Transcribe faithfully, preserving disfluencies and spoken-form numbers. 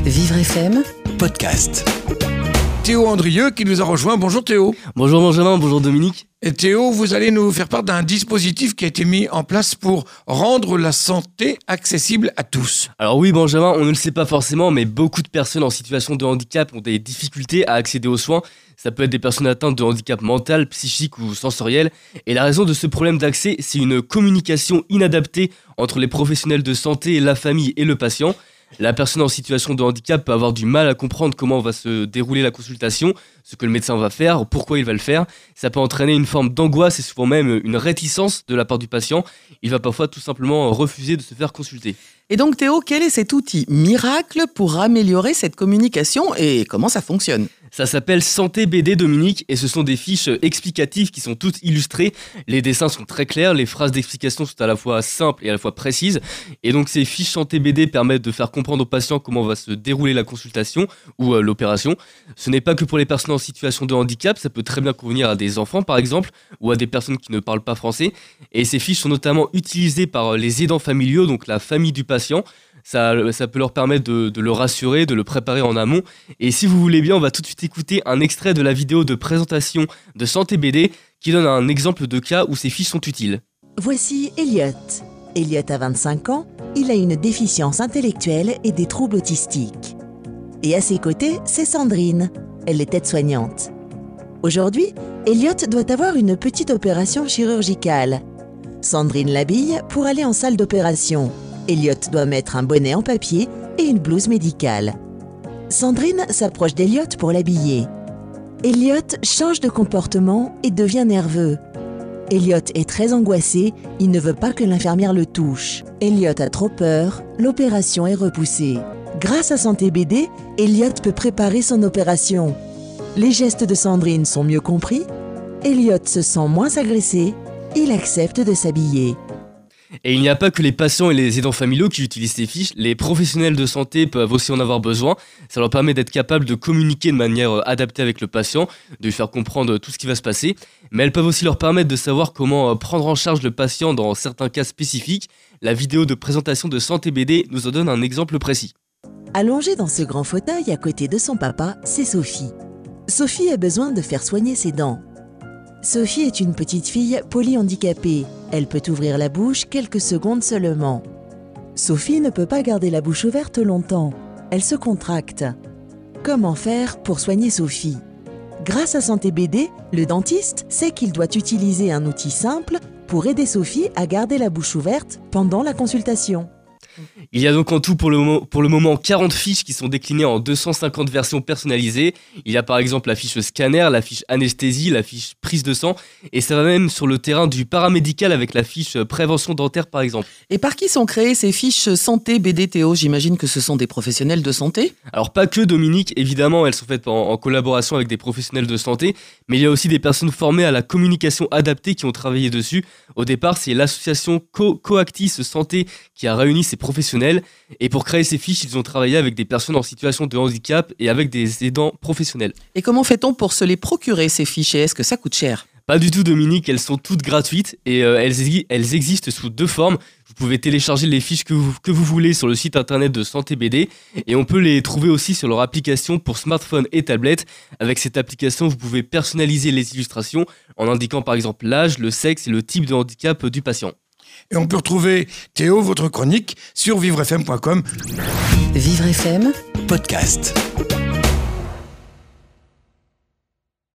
Vivre F M Podcast. Théo Andrieux qui nous a rejoint. Bonjour Théo. Bonjour Benjamin, bonjour Dominique. Et Théo, vous allez nous faire part d'un dispositif qui a été mis en place pour rendre la santé accessible à tous. Alors oui Benjamin, on ne le sait pas forcément, mais beaucoup de personnes en situation de handicap ont des difficultés à accéder aux soins. Ça peut être des personnes atteintes de handicap mental, psychique ou sensoriel. Et la raison de ce problème d'accès, c'est une communication inadaptée entre les professionnels de santé, la famille et le patient. La personne en situation de handicap peut avoir du mal à comprendre comment va se dérouler la consultation, ce que le médecin va faire, pourquoi il va le faire. Ça peut entraîner une forme d'angoisse et souvent même une réticence de la part du patient. Il va parfois tout simplement refuser de se faire consulter. Et donc Théo, quel est cet outil miracle pour améliorer cette communication et comment ça fonctionne ? Ça s'appelle Santé B D Dominique et ce sont des fiches explicatives qui sont toutes illustrées. Les dessins sont très clairs, les phrases d'explication sont à la fois simples et à la fois précises. Et donc ces fiches Santé B D permettent de faire comprendre aux patients comment va se dérouler la consultation ou euh, l'opération. Ce n'est pas que pour les personnes en situation de handicap, ça peut très bien convenir à des enfants par exemple ou à des personnes qui ne parlent pas français. Et ces fiches sont notamment utilisées par les aidants familiaux, donc la famille du patient. Ça, ça peut leur permettre de, de le rassurer, de le préparer en amont. Et si vous voulez bien, on va tout de suite écouter un extrait de la vidéo de présentation de Santé B D qui donne un exemple de cas où ces fiches sont utiles. Voici Elliot. Elliot a vingt-cinq ans, il a une déficience intellectuelle et des troubles autistiques. Et à ses côtés, c'est Sandrine, elle est aide-soignante. Aujourd'hui, Elliot doit avoir une petite opération chirurgicale. Sandrine l'habille pour aller en salle d'opération. Elliot doit mettre un bonnet en papier et une blouse médicale. Sandrine s'approche d'Elliot pour l'habiller. Elliot change de comportement et devient nerveux. Elliot est très angoissé, il ne veut pas que l'infirmière le touche. Elliot a trop peur, l'opération est repoussée. Grâce à Santé B D, Elliot peut préparer son opération. Les gestes de Sandrine sont mieux compris. Elliot se sent moins agressé, il accepte de s'habiller. Et il n'y a pas que les patients et les aidants familiaux qui utilisent ces fiches, les professionnels de santé peuvent aussi en avoir besoin. Ça leur permet d'être capables de communiquer de manière adaptée avec le patient, de lui faire comprendre tout ce qui va se passer. Mais elles peuvent aussi leur permettre de savoir comment prendre en charge le patient dans certains cas spécifiques. La vidéo de présentation de Santé B D nous en donne un exemple précis. Allongée dans ce grand fauteuil à côté de son papa, c'est Sophie. Sophie a besoin de faire soigner ses dents. Sophie est une petite fille polyhandicapée. Elle peut ouvrir la bouche quelques secondes seulement. Sophie ne peut pas garder la bouche ouverte longtemps. Elle se contracte. Comment faire pour soigner Sophie ? Grâce à Santé B D, le dentiste sait qu'il doit utiliser un outil simple pour aider Sophie à garder la bouche ouverte pendant la consultation. Il y a donc en tout pour le, moment, pour le moment quarante fiches qui sont déclinées en deux cent cinquante versions personnalisées. Il y a par exemple la fiche scanner, la fiche anesthésie, la fiche prise de sang et ça va même sur le terrain du paramédical avec la fiche prévention dentaire par exemple. Et par qui sont créées ces fiches Santé B D Théo ? J'imagine que ce sont des professionnels de santé ? Alors pas que Dominique, évidemment elles sont faites en, en collaboration avec des professionnels de santé, mais il y a aussi des personnes formées à la communication adaptée qui ont travaillé dessus. Au départ c'est l'association Co- Coactis Santé qui a réuni ces professionnels et pour créer ces fiches ils ont travaillé avec des personnes en situation de handicap et avec des aidants professionnels. Et comment fait-on pour se les procurer ces fiches et est-ce que ça coûte cher ? Pas du tout Dominique, elles sont toutes gratuites et euh, elles, elles existent sous deux formes. Vous pouvez télécharger les fiches que vous, que vous voulez sur le site internet de Santé B D et on peut les trouver aussi sur leur application pour smartphone et tablette. Avec cette application, vous pouvez personnaliser les illustrations en indiquant par exemple l'âge, le sexe et le type de handicap du patient. Et on peut retrouver Théo, votre chronique, sur vivre f m point com. Vivre F M Podcast.